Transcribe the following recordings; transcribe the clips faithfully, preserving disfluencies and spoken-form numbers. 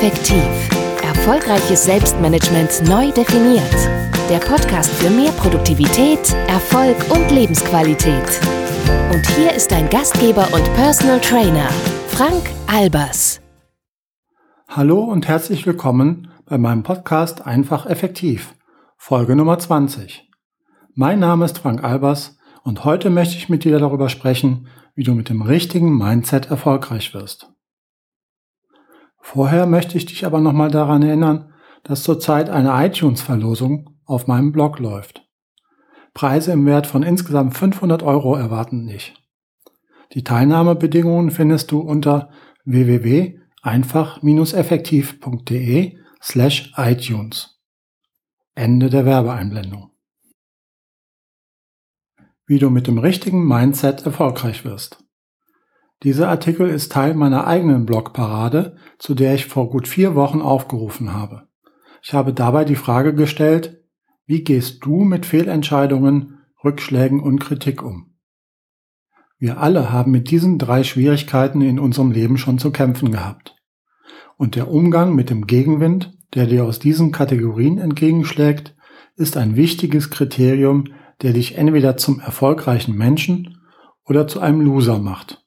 Effektiv. Erfolgreiches Selbstmanagement neu definiert. Der Podcast für mehr Produktivität, Erfolg und Lebensqualität. Und hier ist dein Gastgeber und Personal Trainer, Frank Albers. Hallo und herzlich willkommen bei meinem Podcast Einfach Effektiv, Folge Nummer zwanzig. Mein Name ist Frank Albers und heute möchte ich mit dir darüber sprechen, wie du mit dem richtigen Mindset erfolgreich wirst. Vorher möchte ich dich aber nochmal daran erinnern, dass zurzeit eine iTunes-Verlosung auf meinem Blog läuft. Preise im Wert von insgesamt fünfhundert Euro erwarten dich. Die Teilnahmebedingungen findest du unter w w w punkt einfach effektiv punkt de slash iTunes. Ende der Werbeeinblendung. Wie du mit dem richtigen Mindset erfolgreich wirst. Dieser Artikel ist Teil meiner eigenen Blogparade, zu der ich vor gut vier Wochen aufgerufen habe. Ich habe dabei die Frage gestellt, wie gehst du mit Fehlentscheidungen, Rückschlägen und Kritik um? Wir alle haben mit diesen drei Schwierigkeiten in unserem Leben schon zu kämpfen gehabt. Und der Umgang mit dem Gegenwind, der dir aus diesen Kategorien entgegenschlägt, ist ein wichtiges Kriterium, der dich entweder zum erfolgreichen Menschen oder zu einem Loser macht.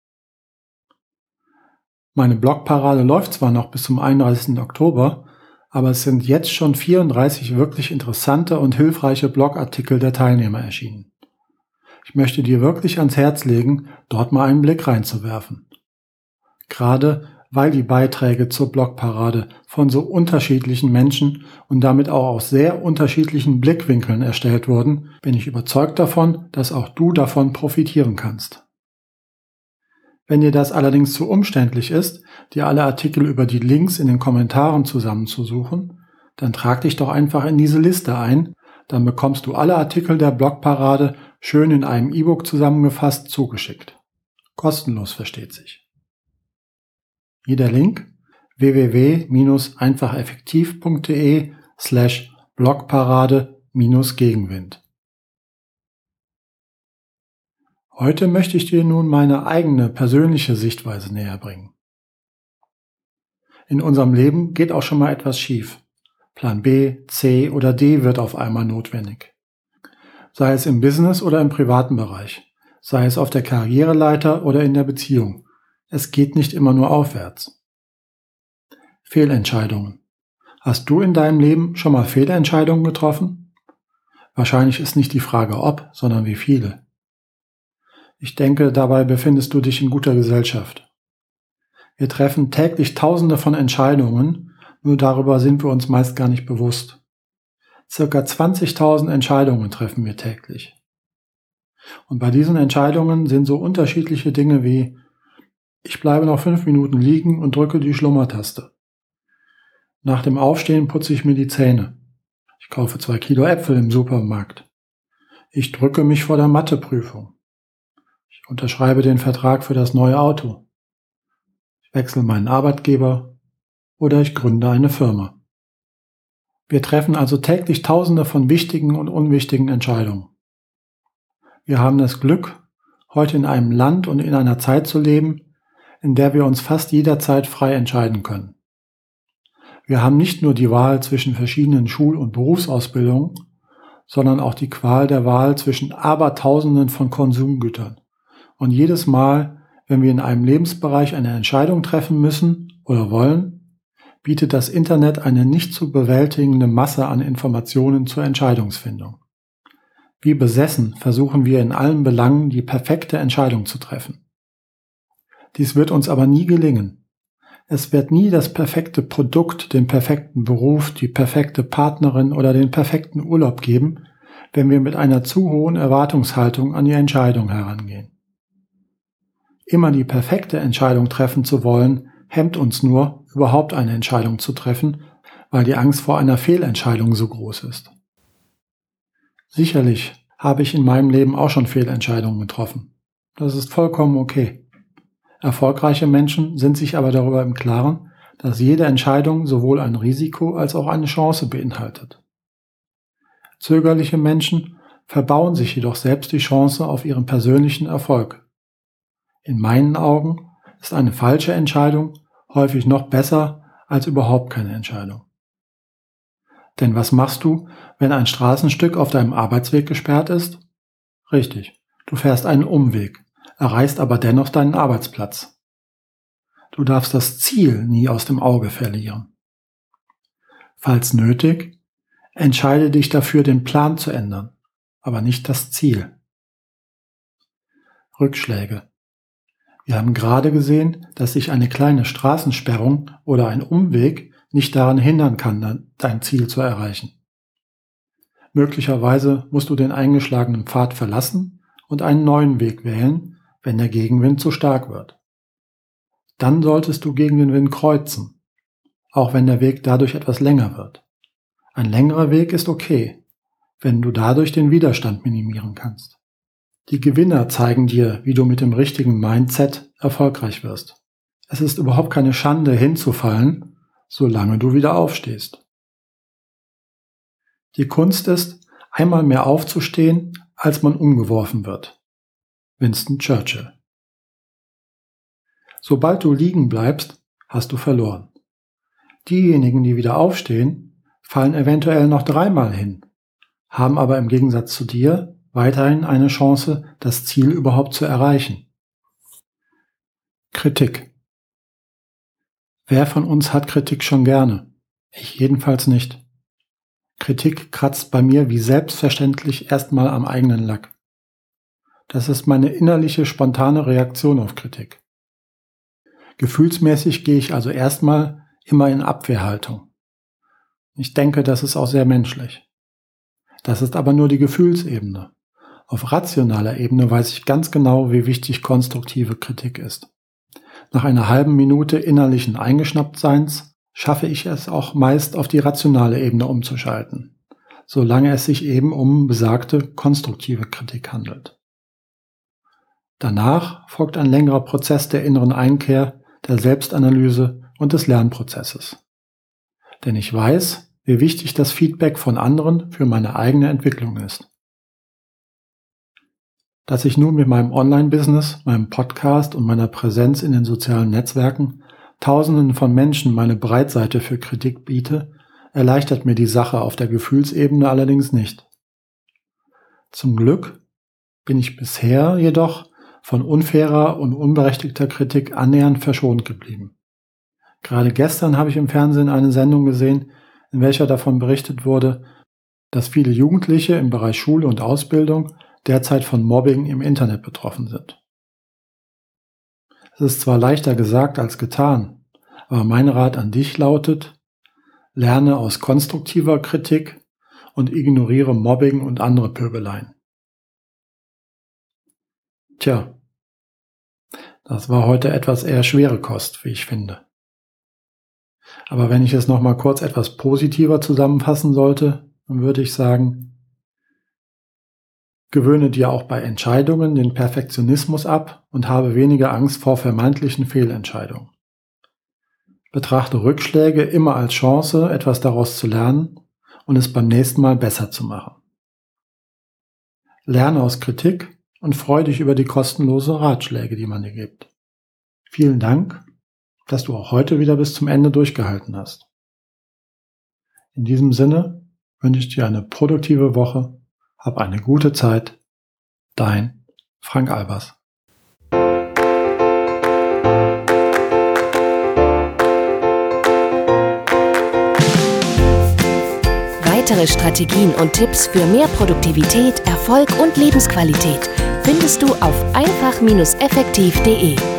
Meine Blogparade läuft zwar noch bis zum einunddreißigsten Oktober, aber es sind jetzt schon vierunddreißig wirklich interessante und hilfreiche Blogartikel der Teilnehmer erschienen. Ich möchte dir wirklich ans Herz legen, dort mal einen Blick reinzuwerfen. Gerade weil die Beiträge zur Blogparade von so unterschiedlichen Menschen und damit auch aus sehr unterschiedlichen Blickwinkeln erstellt wurden, bin ich überzeugt davon, dass auch du davon profitieren kannst. Wenn dir das allerdings zu umständlich ist, dir alle Artikel über die Links in den Kommentaren zusammenzusuchen, dann trag dich doch einfach in diese Liste ein, dann bekommst du alle Artikel der Blogparade schön in einem E-Book zusammengefasst zugeschickt. Kostenlos, versteht sich. Hier der Link w w w punkt einfach effektiv punkt de slash blogparade Gegenwind. Heute möchte ich dir nun meine eigene persönliche Sichtweise näher bringen. In unserem Leben geht auch schon mal etwas schief. Plan B, C oder D wird auf einmal notwendig. Sei es im Business oder im privaten Bereich, sei es auf der Karriereleiter oder in der Beziehung. Es geht nicht immer nur aufwärts. Fehlentscheidungen. Hast du in deinem Leben schon mal Fehlentscheidungen getroffen? Wahrscheinlich ist nicht die Frage ob, sondern wie viele. Ich denke, dabei befindest du dich in guter Gesellschaft. Wir treffen täglich Tausende von Entscheidungen, nur darüber sind wir uns meist gar nicht bewusst. Circa zwanzigtausend Entscheidungen treffen wir täglich. Und bei diesen Entscheidungen sind so unterschiedliche Dinge wie: Ich bleibe noch fünf Minuten liegen und drücke die Schlummertaste. Nach dem Aufstehen putze ich mir die Zähne. Ich kaufe zwei Kilo Äpfel im Supermarkt. Ich drücke mich vor der Matheprüfung. Ich unterschreibe den Vertrag für das neue Auto. Ich wechsle meinen Arbeitgeber oder ich gründe eine Firma. Wir treffen also täglich Tausende von wichtigen und unwichtigen Entscheidungen. Wir haben das Glück, heute in einem Land und in einer Zeit zu leben, in der wir uns fast jederzeit frei entscheiden können. Wir haben nicht nur die Wahl zwischen verschiedenen Schul- und Berufsausbildungen, sondern auch die Qual der Wahl zwischen Abertausenden von Konsumgütern. Und jedes Mal, wenn wir in einem Lebensbereich eine Entscheidung treffen müssen oder wollen, bietet das Internet eine nicht zu bewältigende Masse an Informationen zur Entscheidungsfindung. Wie besessen versuchen wir in allen Belangen die perfekte Entscheidung zu treffen. Dies wird uns aber nie gelingen. Es wird nie das perfekte Produkt, den perfekten Beruf, die perfekte Partnerin oder den perfekten Urlaub geben, wenn wir mit einer zu hohen Erwartungshaltung an die Entscheidung herangehen. Immer die perfekte Entscheidung treffen zu wollen, hemmt uns nur, überhaupt eine Entscheidung zu treffen, weil die Angst vor einer Fehlentscheidung so groß ist. Sicherlich habe ich in meinem Leben auch schon Fehlentscheidungen getroffen. Das ist vollkommen okay. Erfolgreiche Menschen sind sich aber darüber im Klaren, dass jede Entscheidung sowohl ein Risiko als auch eine Chance beinhaltet. Zögerliche Menschen verbauen sich jedoch selbst die Chance auf ihren persönlichen Erfolg. In meinen Augen ist eine falsche Entscheidung häufig noch besser als überhaupt keine Entscheidung. Denn was machst du, wenn ein Straßenstück auf deinem Arbeitsweg gesperrt ist? Richtig, du fährst einen Umweg, erreichst aber dennoch deinen Arbeitsplatz. Du darfst das Ziel nie aus dem Auge verlieren. Falls nötig, entscheide dich dafür, den Plan zu ändern, aber nicht das Ziel. Rückschläge. Wir haben gerade gesehen, dass sich eine kleine Straßensperrung oder ein Umweg nicht daran hindern kann, dein Ziel zu erreichen. Möglicherweise musst du den eingeschlagenen Pfad verlassen und einen neuen Weg wählen, wenn der Gegenwind zu stark wird. Dann solltest du gegen den Wind kreuzen, auch wenn der Weg dadurch etwas länger wird. Ein längerer Weg ist okay, wenn du dadurch den Widerstand minimieren kannst. Die Gewinner zeigen dir, wie du mit dem richtigen Mindset erfolgreich wirst. Es ist überhaupt keine Schande, hinzufallen, solange du wieder aufstehst. Die Kunst ist, einmal mehr aufzustehen, als man umgeworfen wird. Winston Churchill. Sobald du liegen bleibst, hast du verloren. Diejenigen, die wieder aufstehen, fallen eventuell noch dreimal hin, haben aber im Gegensatz zu dir weiterhin eine Chance, das Ziel überhaupt zu erreichen. Kritik. Wer von uns hat Kritik schon gerne? Ich jedenfalls nicht. Kritik kratzt bei mir wie selbstverständlich erstmal am eigenen Lack. Das ist meine innerliche, spontane Reaktion auf Kritik. Gefühlsmäßig gehe ich also erstmal immer in Abwehrhaltung. Ich denke, das ist auch sehr menschlich. Das ist aber nur die Gefühlsebene. Auf rationaler Ebene weiß ich ganz genau, wie wichtig konstruktive Kritik ist. Nach einer halben Minute innerlichen Eingeschnapptseins schaffe ich es auch meist auf die rationale Ebene umzuschalten, solange es sich eben um besagte konstruktive Kritik handelt. Danach folgt ein längerer Prozess der inneren Einkehr, der Selbstanalyse und des Lernprozesses. Denn ich weiß, wie wichtig das Feedback von anderen für meine eigene Entwicklung ist. Dass ich nun mit meinem Online-Business, meinem Podcast und meiner Präsenz in den sozialen Netzwerken Tausenden von Menschen meine Breitseite für Kritik biete, erleichtert mir die Sache auf der Gefühlsebene allerdings nicht. Zum Glück bin ich bisher jedoch von unfairer und unberechtigter Kritik annähernd verschont geblieben. Gerade gestern habe ich im Fernsehen eine Sendung gesehen, in welcher davon berichtet wurde, dass viele Jugendliche im Bereich Schule und Ausbildung derzeit von Mobbing im Internet betroffen sind. Es ist zwar leichter gesagt als getan, aber mein Rat an dich lautet: Lerne aus konstruktiver Kritik und ignoriere Mobbing und andere Pöbeleien. Tja, das war heute etwas eher schwere Kost, wie ich finde. Aber wenn ich es nochmal kurz etwas positiver zusammenfassen sollte, dann würde ich sagen: Gewöhne dir auch bei Entscheidungen den Perfektionismus ab und habe weniger Angst vor vermeintlichen Fehlentscheidungen. Betrachte Rückschläge immer als Chance, etwas daraus zu lernen und es beim nächsten Mal besser zu machen. Lerne aus Kritik und freue dich über die kostenlosen Ratschläge, die man dir gibt. Vielen Dank, dass du auch heute wieder bis zum Ende durchgehalten hast. In diesem Sinne wünsche ich dir eine produktive Woche. Hab eine gute Zeit. Dein Frank Albers. Weitere Strategien und Tipps für mehr Produktivität, Erfolg und Lebensqualität findest du auf einfach Bindestrich effektiv punkt de.